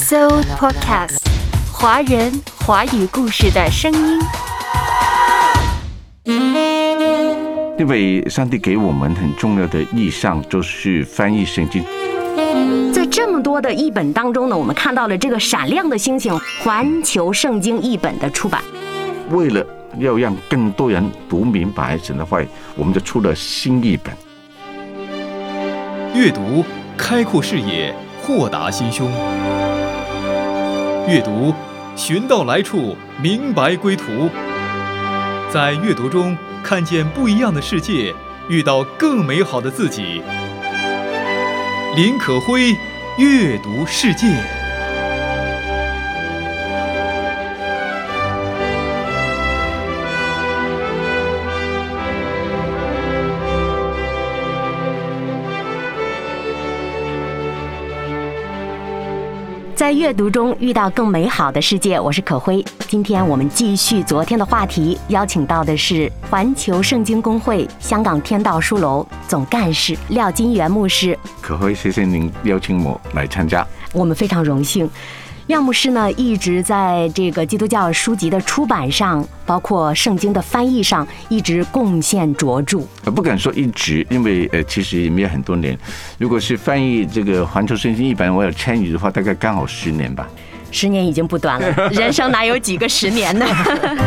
So Podcast， 华人华语故事的声音。 因为上帝给我们很重要的意向，就是翻译圣经。 在这么多的译本当中呢，我们看到了这个闪亮的星星——环球圣经译本的出版。 为了要让更多人读明白神的话，我们就出了新译本。 阅读开阔视野，豁达心胸。阅读寻到来处，明白归途。在阅读中看见不一样的世界，遇到更美好的自己。林可辉阅读世界。 在阅读中遇到更美好的世界，我是可辉。今天我们继续昨天的话题，邀请到的是环球圣经公会香港天道书楼总干事廖金元牧师。 可辉，谢谢您邀请我来参加， 我们非常荣幸。廖牧师呢，一直在这个基督教书籍的出版上，包括圣经的翻译上，一直贡献卓著。 不敢说一直，因为其实也没有很多年。如果是翻译这个环球圣经译本，我有参与的话，大概刚好10年吧。 10年已经不短了，人生哪有几个10年呢？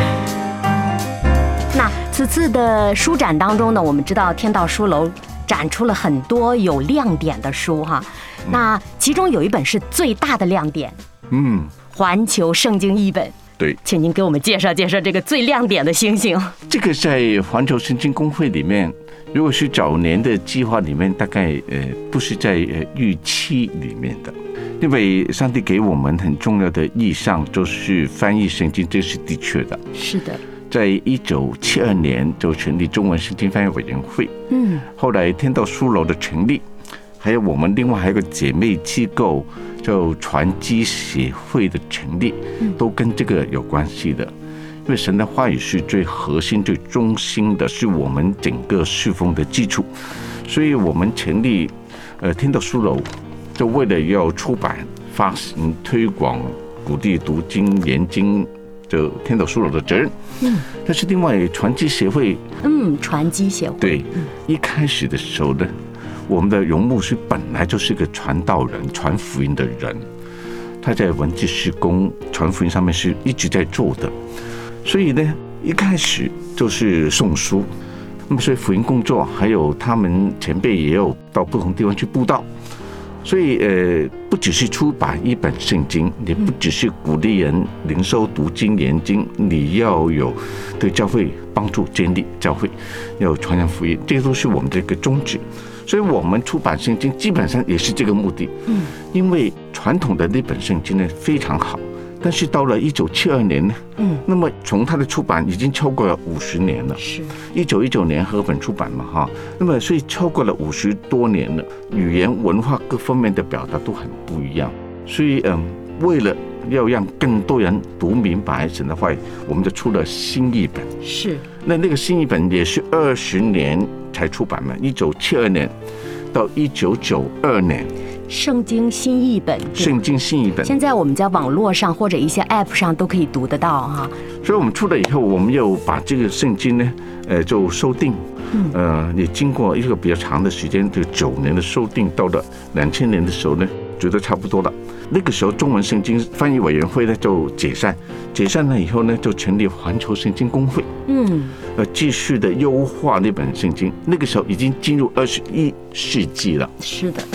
那此次的书展当中呢，我们知道天道书楼展出了很多有亮点的书哈。那其中有一本是最大的亮点。环球圣经译本， 对， 请您给我们介绍介绍这个最亮点的星星。 这个在环球圣经公会里面，如果是早年的计划里面，大概不是在预期里面的，因为上帝给我们很重要的意向，就是翻译圣经，这是的确的。 是的， 在1972年就成立中文圣经翻译委员会，后来天道书楼的成立，还有我们另外还有个姐妹机构叫传基协会的成立，都跟这个有关系的。因为神的话语是最核心、最中心的，是我们整个侍奉的基础，所以我们成立天道书楼，就为了要出版、发行、推广、鼓励读经、研经，就天道书楼的责任。但是另外传基协会， 传基协会， 对，一开始的时候呢，我们的荣牧师本来就是个传道人、传福音的人，他在文字事工、传福音上面是一直在做的，所以呢，一开始就是送书，那么所以福音工作，还有他们前辈也有到不同地方去布道，所以不只是出版一本圣经，也不只是鼓励人灵修、读经、研经，你要有对教会帮助、建立教会，要传扬福音，这些都是我们这个宗旨。所以我们出版圣经基本上也是这个目的。因为传统的那本圣经呢非常好，但是到了1972年呢，那么从它的出版已经超过了50年了。是1919年和本出版嘛，哈，那么所以超过了50多年了，语言文化各方面的表达都很不一样。所以为了要让更多人读明白神的话，我们就出了新译本。 是那个新译本也是20年才出版嘛，1972年到1992年。 圣经新译本， 圣经新译本， 现在我们在网络上或者一些 App 上都可以读得到哈。 所以我们出了以后，我们又把这个圣经呢，就修订，也经过一个比较长的时间，这个9年的修订，到了2000年的时候呢，觉得差不多了。那个时候，中文圣经翻译委员会呢就解散了以后呢，就成立环球圣经公会，继续的优化那本圣经。那个时候已经进入21世纪了。 是的。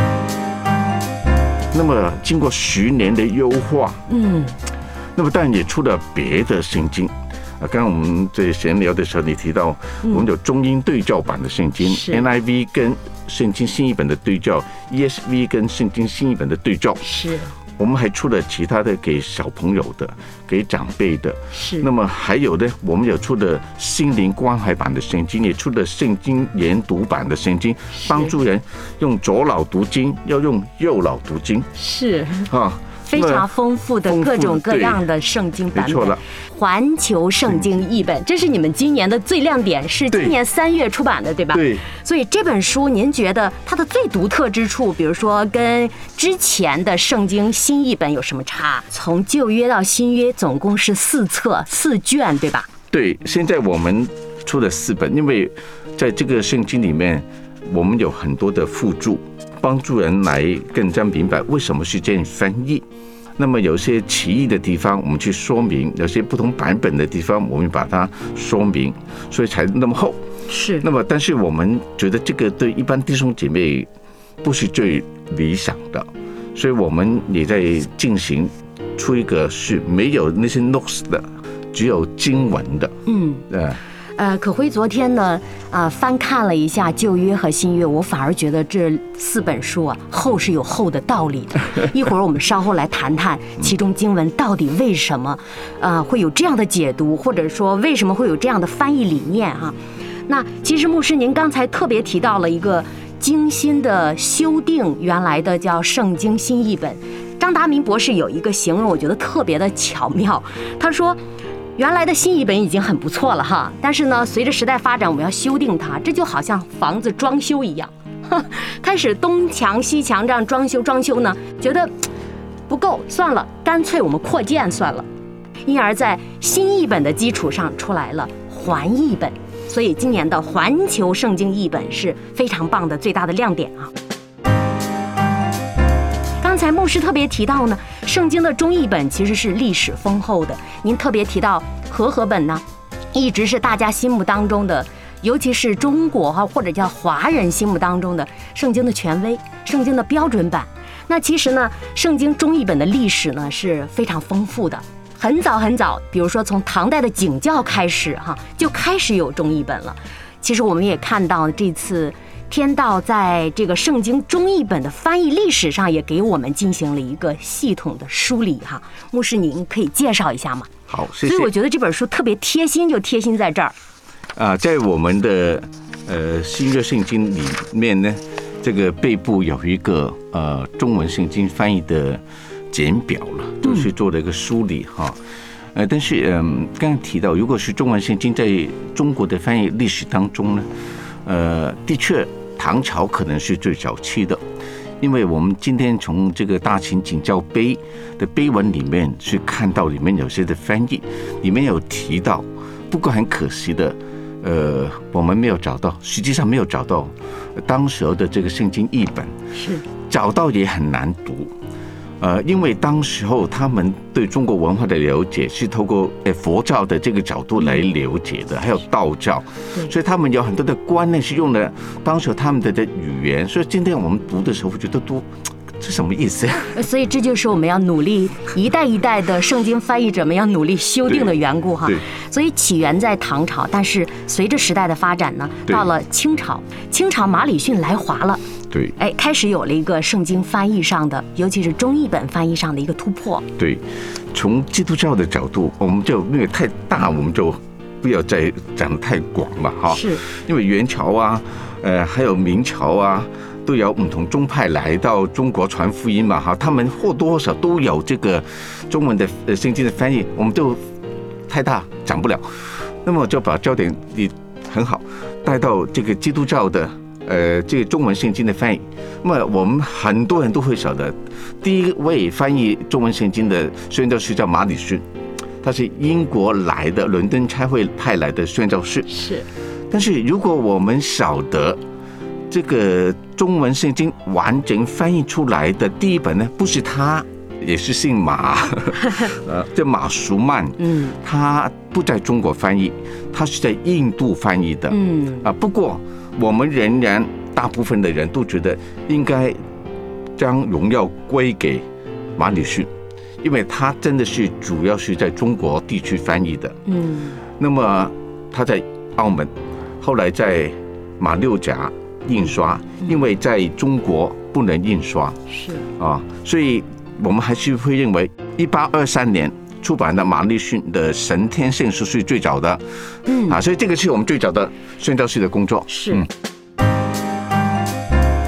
那么经过10年的优化，那么当然也出了别的圣经。刚刚我们在闲聊的时候，你提到我们有中英对照版的圣经，NIV 跟圣经新译本的对照 ，ESV 跟圣经新译本的对照。 是。 我们还出了其他的给小朋友的、给长辈的。 是。 那么还有呢，我们有出了心灵关怀版的圣经，也出了圣经研读版的圣经，帮助人用左脑读经，要用右脑读经。 是。 非常丰富的各种各样的圣经版本。环球圣经译本，这是你们今年的最亮点，是今年3月出版的，对吧？ 对。 所以这本书，您觉得它的最独特之处，比如说跟之前的圣经新译本有什么差？从旧约到新约，总共是4册4卷，对吧？ 对，现在我们出了4本，因为在这个圣经里面，我们有很多的附注，帮助人来更加明白为什么是这样翻译。那么有些歧义的地方，我们去说明；有些不同版本的地方，我们把它说明，所以才那么厚。 是。 那么，但是我们觉得这个对一般弟兄姐妹不是最理想的，所以我们也在进行出一个是没有那些 notes 的，只有经文的。 可辉昨天呢，翻看了一下旧约和新约，我反而觉得这4本书啊，厚是有厚的道理的。一会儿我们稍后来谈谈其中经文到底为什么，会有这样的解读，或者说为什么会有这样的翻译理念哈。那其实牧师您刚才特别提到了一个精心的修订原来的叫圣经新译本，张达民博士有一个形容，我觉得特别的巧妙，他说。原来的新译本已经很不错了哈，但是呢，随着时代发展，我们要修订它，这就好像房子装修一样，开始东墙西墙这样装修呢，觉得不够，算了，干脆我们扩建算了。因而在新译本的基础上出来了环译本，所以今年的环球圣经译本是非常棒的最大的亮点啊。刚才牧师特别提到呢，圣经的中译本其实是历史丰厚的。您特别提到和合本呢，一直是大家心目当中的，尤其是中国或者叫华人心目当中的圣经的权威，圣经的标准版。那其实呢，圣经中译本的历史呢是非常丰富的，很早，比如说从唐代的景教开始就开始有中译本了。其实我们也看到这次天道在这个圣经中译本的翻译历史上也给我们进行了一个系统的梳理哈。牧师您可以介绍一下吗？ 好，谢谢。 所以我觉得这本书特别贴心，就贴心在这儿在我们的新约圣经里面呢，这个背部有一个中文圣经翻译的简表了，都是做了一个梳理哈。但是刚刚提到，如果是中文圣经在中国的翻译历史当中呢，的确唐朝可能是最早期的，因为我们今天从这个大秦景教碑的碑文里面去看到里面有些的翻译，里面有提到，不过很可惜的，我们没有找到，实际上没有找到当时候的这个圣经译本， 是找到也很难读。因为当时候他们对中国文化的了解是透过佛教的这个角度来了解的，还有道教，所以他们有很多的观念是用了当时他们的语言，所以今天我们读的时候觉得这什么意思呀？ 所以这就是我们要努力一代一代的圣经翻译者们要努力修订的缘故哈。所以起源在唐朝，但是随着时代的发展呢，到了清朝马礼逊来华了。 对， 开始有了一个圣经翻译上的，尤其是中译本翻译上的一个突破。 对，从基督教的角度，我们就因为太大，我们就不要再讲得太广了哈。是，因为元朝啊，还有明朝啊，都有不同宗派来到中国传福音嘛哈，他们或多或少都有这个中文的圣经的翻译，我们就太大讲不了，那么就把焦点也很好带到这个基督教的。这个中文圣经的翻译，那么我们很多人都会晓得，第一位翻译中文圣经的宣教士叫马礼逊，他是英国来的，伦敦差会派来的宣教士。 是， 但是如果我们晓得这个中文圣经完整翻译出来的第一本呢，不是他，也是姓马，叫马舒曼，他不在中国翻译，他是在印度翻译的，不过。我们仍然大部分的人都觉得应该将荣耀归给马礼逊，因为他真的是主要是在中国地区翻译的。那么他在澳门，后来在马六甲印刷，因为在中国不能印刷，是所以我们还是会认为1823年。出版的马礼逊的《神天圣书》是最早的，所以这个是我们最早的宣教士的工作。 是。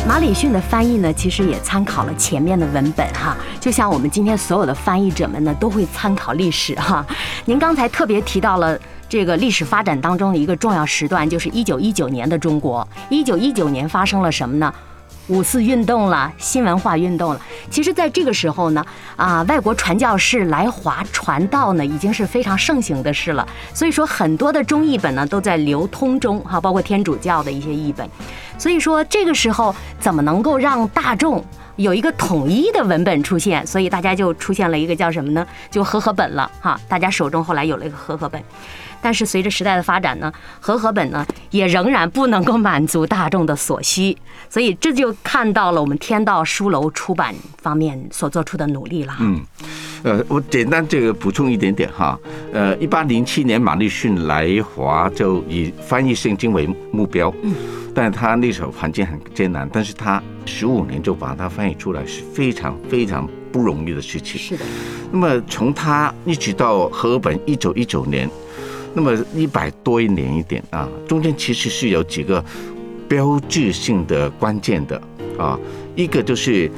马礼逊的翻译呢，其实也参考了前面的文本哈，就像我们今天所有的翻译者们呢，都会参考历史哈。您刚才特别提到了这个历史发展当中的一个重要时段，就是1919年的中国。1919年发生了什么呢？5·4运动了，新文化运动了。其实，在这个时候呢，外国传教士来华传道呢，已经是非常盛行的事了。所以说，很多的中译本呢都在流通中哈，包括天主教的一些译本。所以说，这个时候怎么能够让大众有一个统一的文本出现？所以大家就出现了一个叫什么呢？就和合本了哈。大家手中后来有了一个和合本。但是随着时代的发展呢，和合本呢也仍然不能够满足大众的所需，所以这就看到了我们天道书楼出版方面所做出的努力了。 我简单这个补充一点点哈。1807年马礼逊来华就以翻译圣经为目标，但他那时候环境很艰难，但是他15年就把它翻译出来，是非常非常不容易的事情。 是的。 那么从他一直到和合本1919年。那么100多年一点啊，中间其实是有几个标志性的关键的啊，一个就是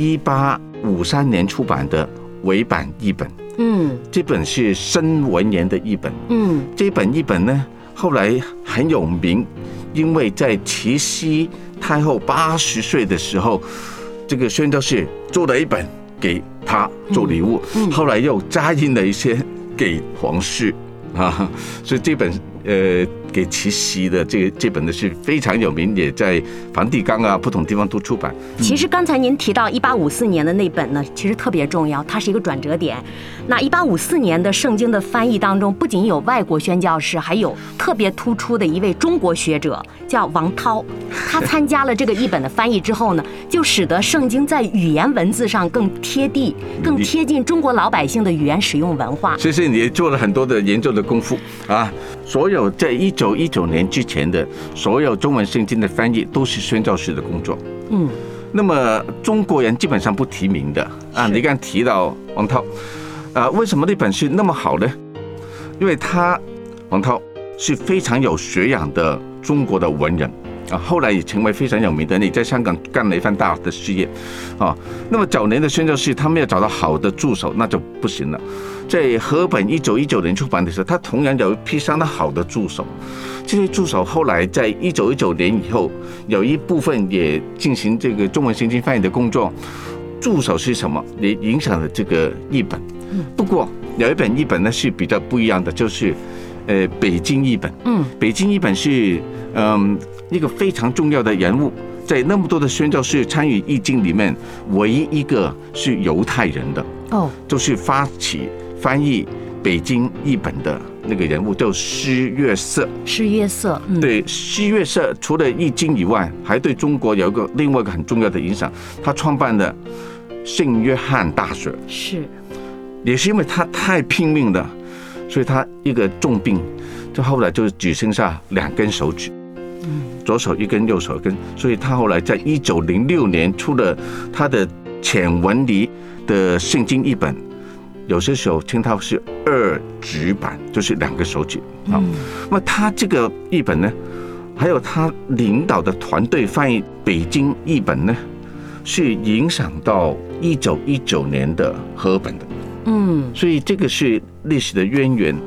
1853年出版的伪版译本，这本是申文言的译本，这本译本呢后来很有名，因为在慈禧太后80岁的时候，这个宣教士做了一本给他做礼物，后来又加印了一些给皇室。所以这本给慈禧的这本呢是非常有名，也在梵蒂冈不同地方都出版。 其实刚才您提到1854年的那本呢，其实特别重要，它是一个转折点。那1854年的圣经的翻译当中，不仅有外国宣教士，还有特别突出的一位中国学者叫王涛。他参加了这个译本的翻译之后呢，就使得圣经在语言文字上更贴地，更贴近中国老百姓的语言使用文化。 所以你也做了很多的研究的功夫啊。所有在1919年之前的所有中文圣经的翻译都是宣教士的工作。那么中国人基本上不提名的啊。你刚提到王涛为什么那本是那么好呢？因为王涛是非常有学养的中国的文人啊，后来也成为非常有名的，你在香港干了一番大的事业啊。那么早年的宣教士他没有找到好的助手，那就不行了。在和本1919年出版的时候，他同样有一批相当好的助手。这些助手后来在1919年以后，有一部分也进行这个中文圣经翻译的工作。助手是什么？也影响了这个译本。不过有一本译本呢是比较不一样的，就是北京译本。北京译本是一个非常重要的人物，在那么多的宣教士参与译经里面，唯一一个是犹太人的就是发起翻译北京译本的那个人物叫施月色。对，施月色除了译经以外，还对中国有另外一个很重要的影响。他创办了圣约翰大学，也是因为他太拼命了，所以他一个重病，就后来就只剩下2根手指，左手1根，右手1根，所以他后来在1906年出了他的浅文理的圣经译本。有些时候称它是2指版，就是2个手指。那么他这个译本呢，还有他领导的团队翻译北京译本呢，是影响到1919年的和本的。所以这个是历史的渊源。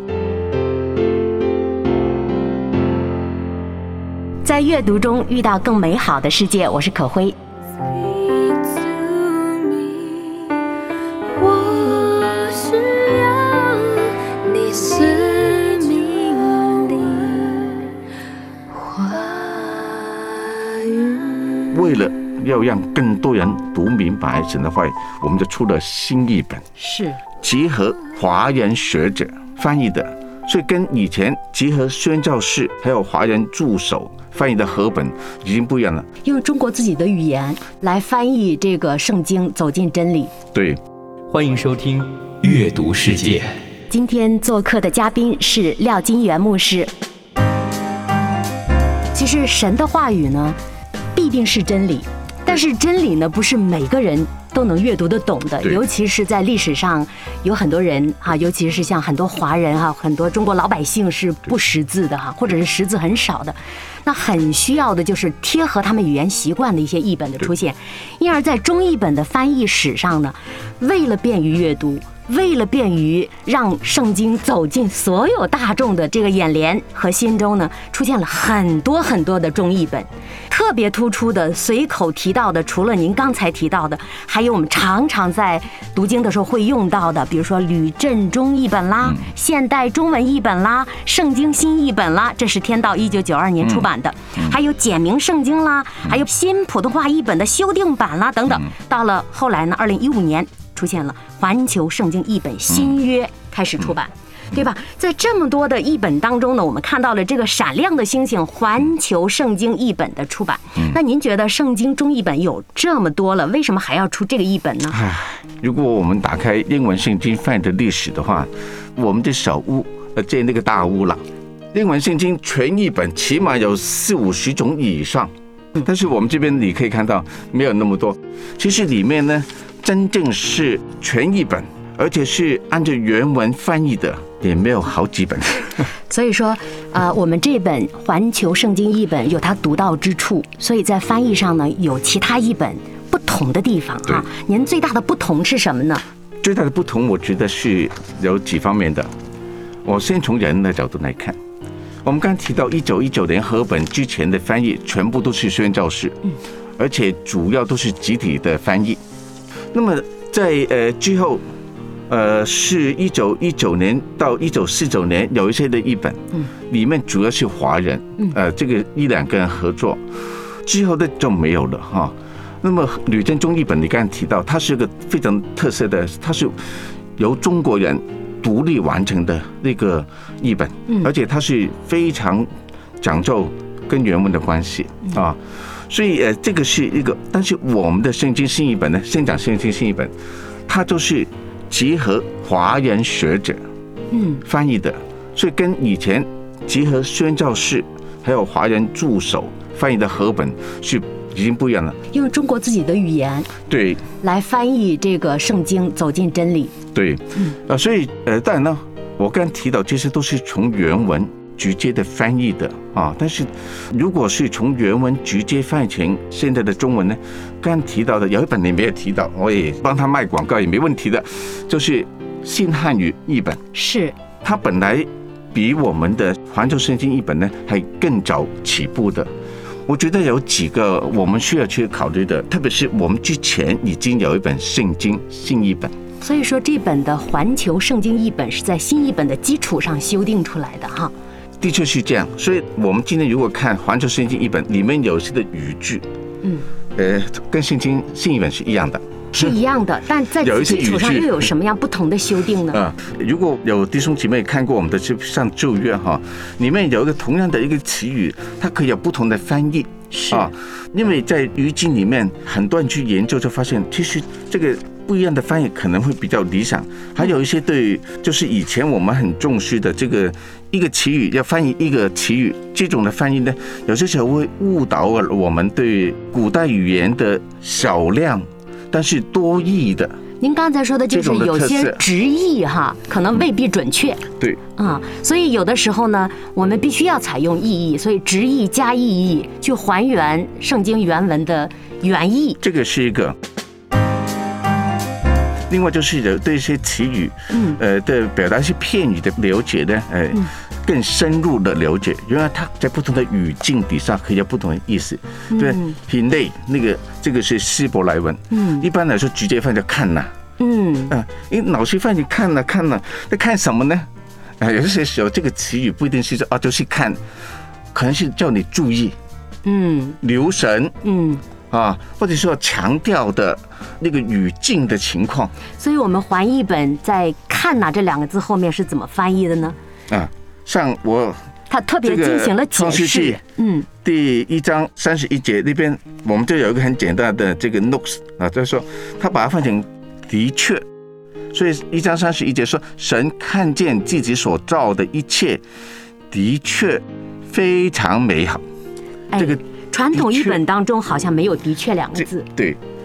在阅读中遇到更美好的世界，我是可辉。 为了要让更多人读明白神的话语，我们就出了新译本，集合华人学者翻译的，所以跟以前集合宣教士还有华人助手翻译的和本已经不一样了， 用中国自己的语言来翻译这个圣经，走进真理。 对， 欢迎收听阅读世界。 今天做客的嘉宾是廖金元牧师。其实神的话语呢必定是真理，但是真理呢不是每个人都能阅读得懂的， 对尤其是在历史上有很多人哈，尤其是像很多华人哈，很多中国老百姓是不识字的哈，或者是识字很少的，那很需要的就是贴合他们语言习惯的一些译本的出现，因而在中译本的翻译史上呢，为了便于阅读，为了便于让圣经走进所有大众的这个眼帘和心中呢，出现了很多很多的中译本。特别突出的随口提到的，除了您刚才提到的，还有我们常常在读经的时候会用到的，比如说吕振中译本啦、现代中文译本啦、圣经新译本啦，这是天道1992年出版的，还有简明圣经啦，还有新普通话译本的修订版啦等等。到了后来呢，2015年出现了环球圣经译本新约开始出版。对吧？在这么多的译本当中呢，我们看到了这个闪亮的星星——环球圣经译本的出版。那您觉得圣经中译本有这么多了，为什么还要出这个译本呢？ 如果我们打开英文圣经翻译的历史的话，我们的小屋建那个大屋了。英文圣经全译本起码有40-50种以上，但是我们这边你可以看到没有那么多。其实里面呢，真正是全译本，而且是按照原文翻译的，也没有好几本。 所以说，我们这本环球圣经译本有它独到之处，所以在翻译上呢，有其他译本不同的地方啊。您最大的不同是什么呢？ 最大的不同，我觉得是有几方面的。我先从人的角度来看，我们刚提到1919年和本之前的翻译全部都是宣教士，而且主要都是集体的翻译。那么在之后。是1919年到1949年有一些的译本，里面主要是华人，这个1-2个人合作，之后的就没有了哈。那么吕振中译本，你刚才提到，它是一个非常特色的，它是由中国人独立完成的那个译本，而且它是非常讲究跟原文的关系啊。所以这个是一个，但是我们的圣经新译本呢，先讲圣经新译本，它就是结合华人学者翻译的，所以跟以前结合宣教士还有华人助手翻译的和本是已经不一样了， 用中国自己的语言对来翻译这个圣经，走进真理。 对，所以当然呢，我刚提到这些都是从原文直接的翻译的啊，但是如果是从原文直接翻译成现在的中文呢，刚提到的有一本你没有提到，我也帮他卖广告也没问题的，就是新汉语译本。 是， 它本来比我们的环球圣经译本呢还更早起步的。我觉得有几个我们需要去考虑的，特别是我们之前已经有一本圣经新译本。 所以说这本的环球圣经译本是在新译本的基础上修订出来的哈。 的确是这样，所以我们今天如果看环球圣经译本，里面有些的语句，跟圣经新译本是一样的， 是一样的，但在基础上又有什么样不同的修订呢？ 如果有弟兄姐妹看过我们的上旧约哈，里面有一个同样的一个词语，它可以有不同的翻译。 是因为在语境里面，很多人去研究就发现，其实这个不一样的翻译可能会比较理想。还有一些对，就是以前我们很重视的这个一个词语要翻译一个词语，这种的翻译呢，有些时候会误导我们对古代语言的少量但是多义的。 您刚才说的就是有些直译哈，可能未必准确。 对所以有的时候呢，我们必须要采用意译，所以直译加意译去还原圣经原文的原意。 这个是一个。另外就是对一些词语，的表达一些片语的了解呢，更深入的了解，原来它在不同的语境底下可以有不同的意思。对，品类这个是希伯来文，一般来说直接翻叫看呐，因为老师翻译看呐，在看什么呢？有些时候这个词语不一定是说就是看，可能是叫你注意，留神，或者说强调的那个语境的情况。所以我们环译本在看呐这2个字后面是怎么翻译的呢？ 像他特别进行了解释。 第1章31节那边，我们就有一个很简单的这个 notes 就是说他把它翻成的确，所以1章31节说，神看见自己所造的一切的确非常美好。这个传统译本当中好像没有的确2个字。 对，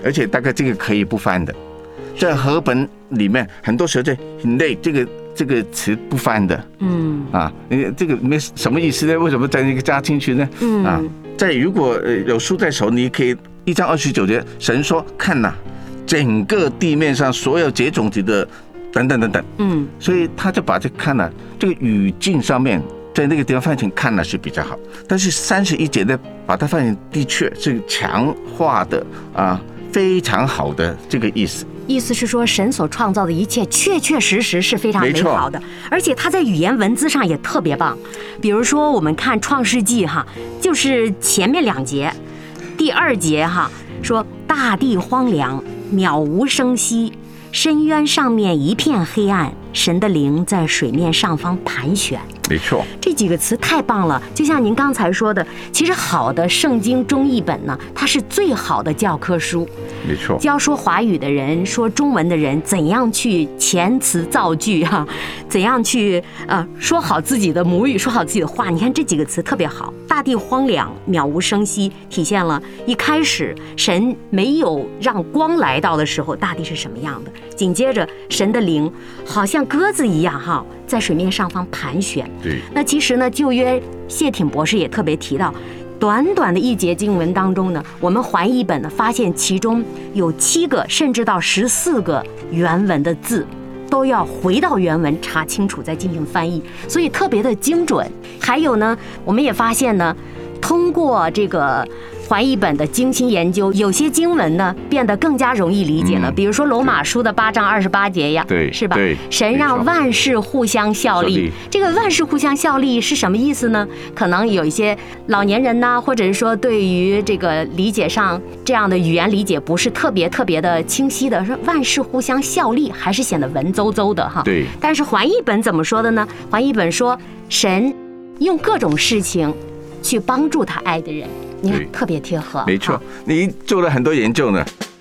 而且大概这个可以不翻的，在和本里面很多时候在很累这个词不翻的，这个没什么意思呢？为什么在那个加进去呢？在如果有书在手，你可以1章29节，神说看哪，整个地面上所有结种子的等等等等，所以他就把这看哪这个语境上面，在那个地方翻成看哪是比较好，但是31节呢，把它翻成的确是强化的非常好的这个意思。 意思是说，神所创造的一切确确实实是非常美好的，而且他在语言文字上也特别棒。比如说，我们看创世纪就是前面2节，第2节说大地荒凉，渺无声息，深渊上面一片黑暗，神的灵在水面上方盘旋。 没错， 这几个词太棒了。就像您刚才说的，其实好的圣经中译本呢，它是最好的教科书。 没错， 教说华语的人、说中文的人怎样去遣词造句怎样去说好自己的母语，说好自己的话。你看这几个词特别好，大地荒凉，渺无声息，体现了一开始神没有让光来到的时候，大地是什么样的。紧接着，神的灵好像鸽子一样在水面上方盘旋。 对， 那其实呢，旧约谢挺博士也特别提到，短短的1节经文当中呢，我们环译本呢发现其中有7个甚至到14个原文的字，都要回到原文查清楚再进行翻译，所以特别的精准。还有呢，我们也发现呢，通过这个环译本的精心研究，有些经文呢变得更加容易理解了。比如说罗马书的8章28节呀， 对， 是吧？ 对， 神让万事互相效力。这个万事互相效力是什么意思呢？可能有一些老年人呐，或者是说对于这个理解上这样的语言理解不是特别的清晰的，说万事互相效力还是显得文绉绉的对。 但是环译本怎么说的呢？环译本说神用各种事情去帮助他爱的人。你看特别贴合。 没错，你做了很多研究呢。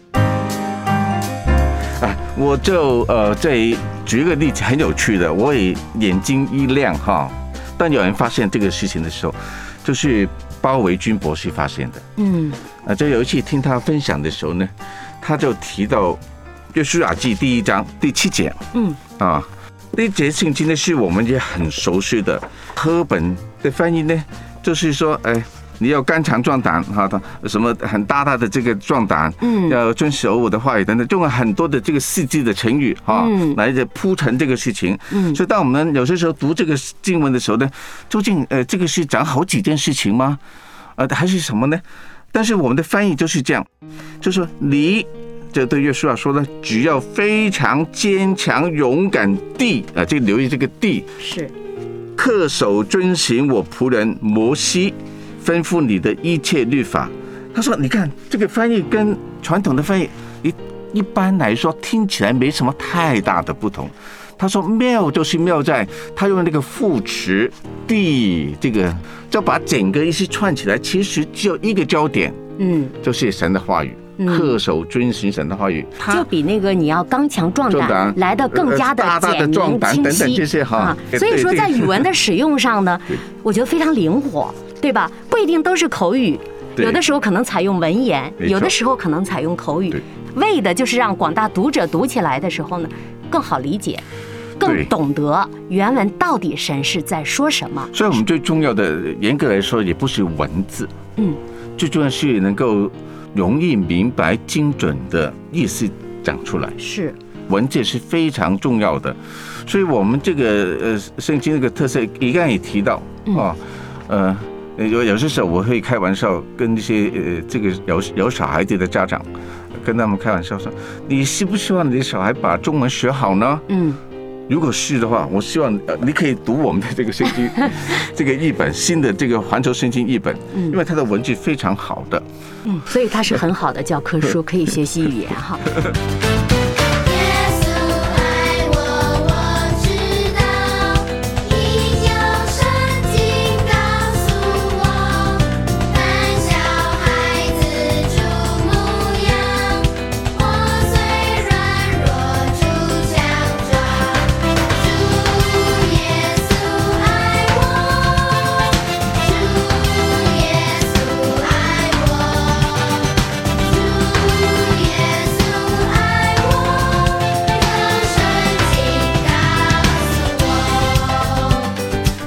我就再举一个例子，很有趣的，我也眼睛一亮当有人发现这个事情的时候，就是包维军博士发现的。就有一次听他分享的时候呢，他就提到约书亚记第1章第7节。这一节圣经呢是我们也很熟悉的，和本的翻译呢，就是说，你要刚强壮胆什么很大的这个壮胆，要遵守我的话语等等，用了很多的这个四字的成语来铺陈这个事情。所以当我们有些时候读这个经文的时候呢，究竟这个是讲好几件事情吗？还是什么呢？但是我们的翻译就是这样，就是说你这对约书亚说呢，只要非常坚强勇敢地这留意这个地是恪守遵行我仆人摩西吩咐你的一切律法。他说你看这个翻译跟传统的翻译一般来说听起来没什么太大的不同。他说妙就是妙在他用那个副词地，这个就把整个意思串起来，其实只有一个焦点，就是神的话语，恪守遵行神的话语， 就比那个你要刚强壮胆来得更加的简明清晰这些所以说在语文的使用上呢，我觉得非常灵活，对吧？不一定都是口语，有的时候可能采用文言，有的时候可能采用口语，为的就是让广大读者读起来的时候呢更好理解，更懂得原文到底神是在说什么。 所以我们最重要的，严格来说也不是文字，最重要是能够容易明白精准的意思讲出来， 是文字是非常重要的。所以我们这个圣经这个特色刚刚也提到有些时候我会开玩笑跟那些这个有小孩子的家长跟他们开玩笑说，你希不希望你的小孩把中文学好呢？如果是的话，我希望你可以读我们的这个圣经这个译本，新的这个环球圣经译本，因为它的文字非常好的， 所以它是很好的教科书，可以学习语言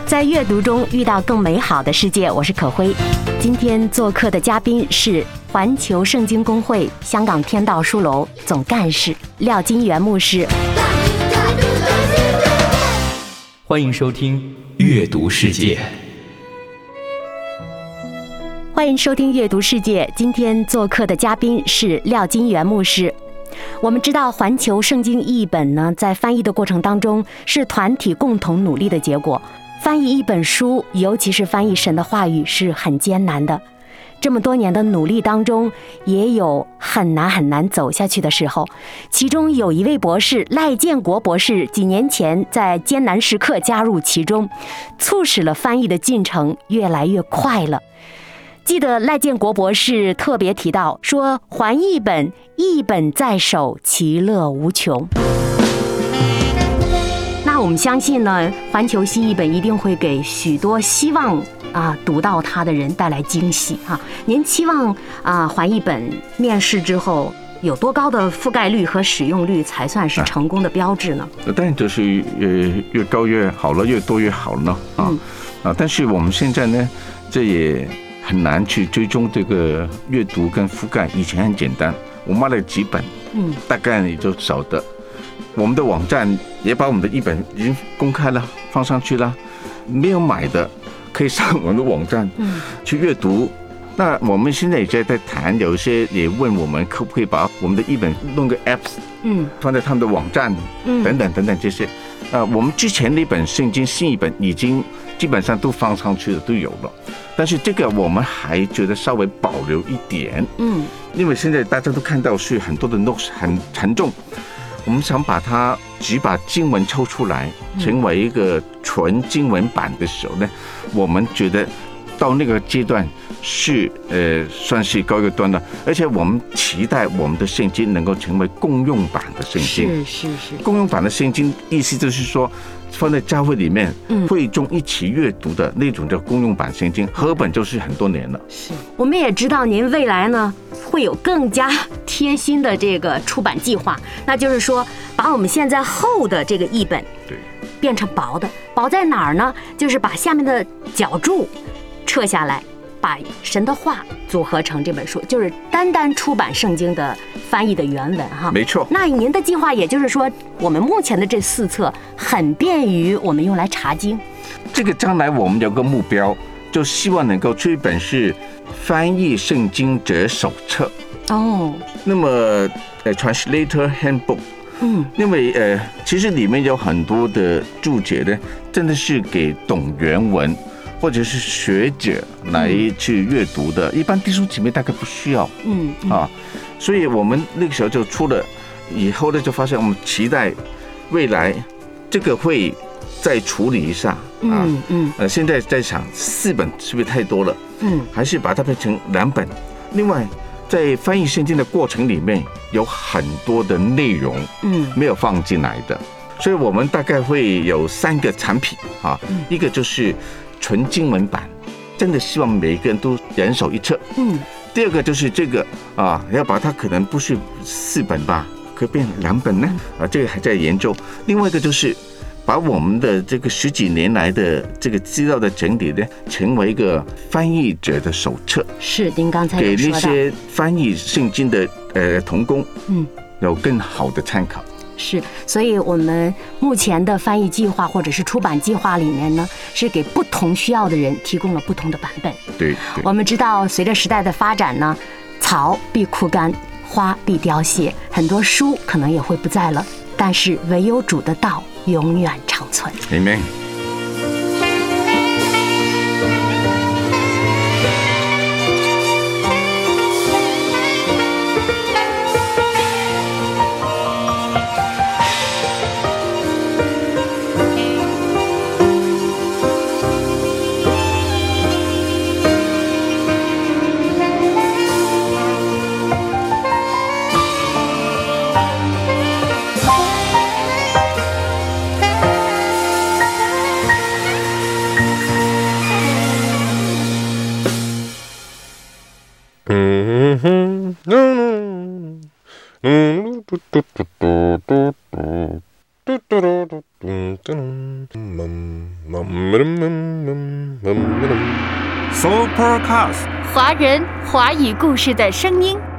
在阅读中遇到更美好的世界，我是可辉。今天做客的嘉宾是环球圣经公会香港天道书楼总干事廖金元牧师。 欢迎收听《阅读世界》。 欢迎收听《阅读世界》。今天做客的嘉宾是廖金元牧师。我们知道环球圣经译本呢，在翻译的过程当中是团体共同努力的结果。翻译一本书，尤其是翻译神的话语，是很艰难的。这么多年的努力当中，也有很难走下去的时候。其中有一位博士赖建国博士，几年前在艰难时刻加入其中，促使了翻译的进程越来越快了。记得赖建国博士特别提到说，还译本，一本在手，其乐无穷。那我们相信呢，环球新译本一定会给许多希望读到它的人带来惊喜啊！您期望还译本面世之后有多高的覆盖率和使用率才算是成功的标志呢？ 当然就是越高越好了，越多越好呢但是我们现在呢，这也很难去追踪这个阅读跟覆盖。以前很简单，我卖了几本，大概你就晓得。我们的网站也把我们的译本已经公开了，放上去了，没有买的可以上我们的网站去阅读。那我们现在也在谈，有一些也问我们可不可以把我们的译本弄个 apps，放在他们的网站，等等这些。我们之前那本圣经新译本已经基本上都放上去了，都有了。但是这个我们还觉得稍微保留一点，因为现在大家都看到是很多的 notes 很沉重。我们想把它只把经文抽出来，成为一个纯经文版的时候呢，我们觉得到那个阶段是算是高一个端了。而且我们期待我们的圣经能够成为共用版的圣经。是。共用版的圣经意思就是说，放在教会里面会众一起阅读的那种叫共用版圣经，合本就是很多年了。 是，我们也知道您未来呢会有更加贴心的这个出版计划，那就是说把我们现在厚的这个译本变成薄的。薄在哪儿呢？就是把下面的脚注撤下来，把神的话组合成这本书，就是单出版圣经的翻译的原文哈。 没错。 那您的计划也就是说，我们目前的这4册很便于我们用来查经。 这个将来我们有个目标，就希望能够出一本是翻译圣经者手册。那么translator handbook。因为其实里面有很多的注解呢，真的是给懂原文或者是学者来去阅读的，一般弟兄姐妹大概不需要。所以我们那个时候就出了，以后呢就发现我们期待未来这个会再处理一下现在在想4本是不是太多了？还是把它变成2本？另外，在翻译圣经的过程里面，有很多的内容没有放进来的，所以我们大概会有3个产品一个就是纯经文版，真的希望每一个人都人手一册。第二个就是这个要把它可能不是4本吧，可以变2本呢这个还在研究。另外一个就是把我们的这个10几年来的这个资料的整理呢，成为一个翻译者的手册。 是，您刚才有说到， 给那些翻译圣经的同工，有更好的参考。 是，所以我们目前的翻译计划或者是出版计划里面呢，是给不同需要的人提供了不同的版本。 对。 我们知道，随着时代的发展呢，草必枯干，花必凋谢，很多书可能也会不在了，但是唯有主的道永远长存。 Amen。 Supercast 华人华语故事的声音。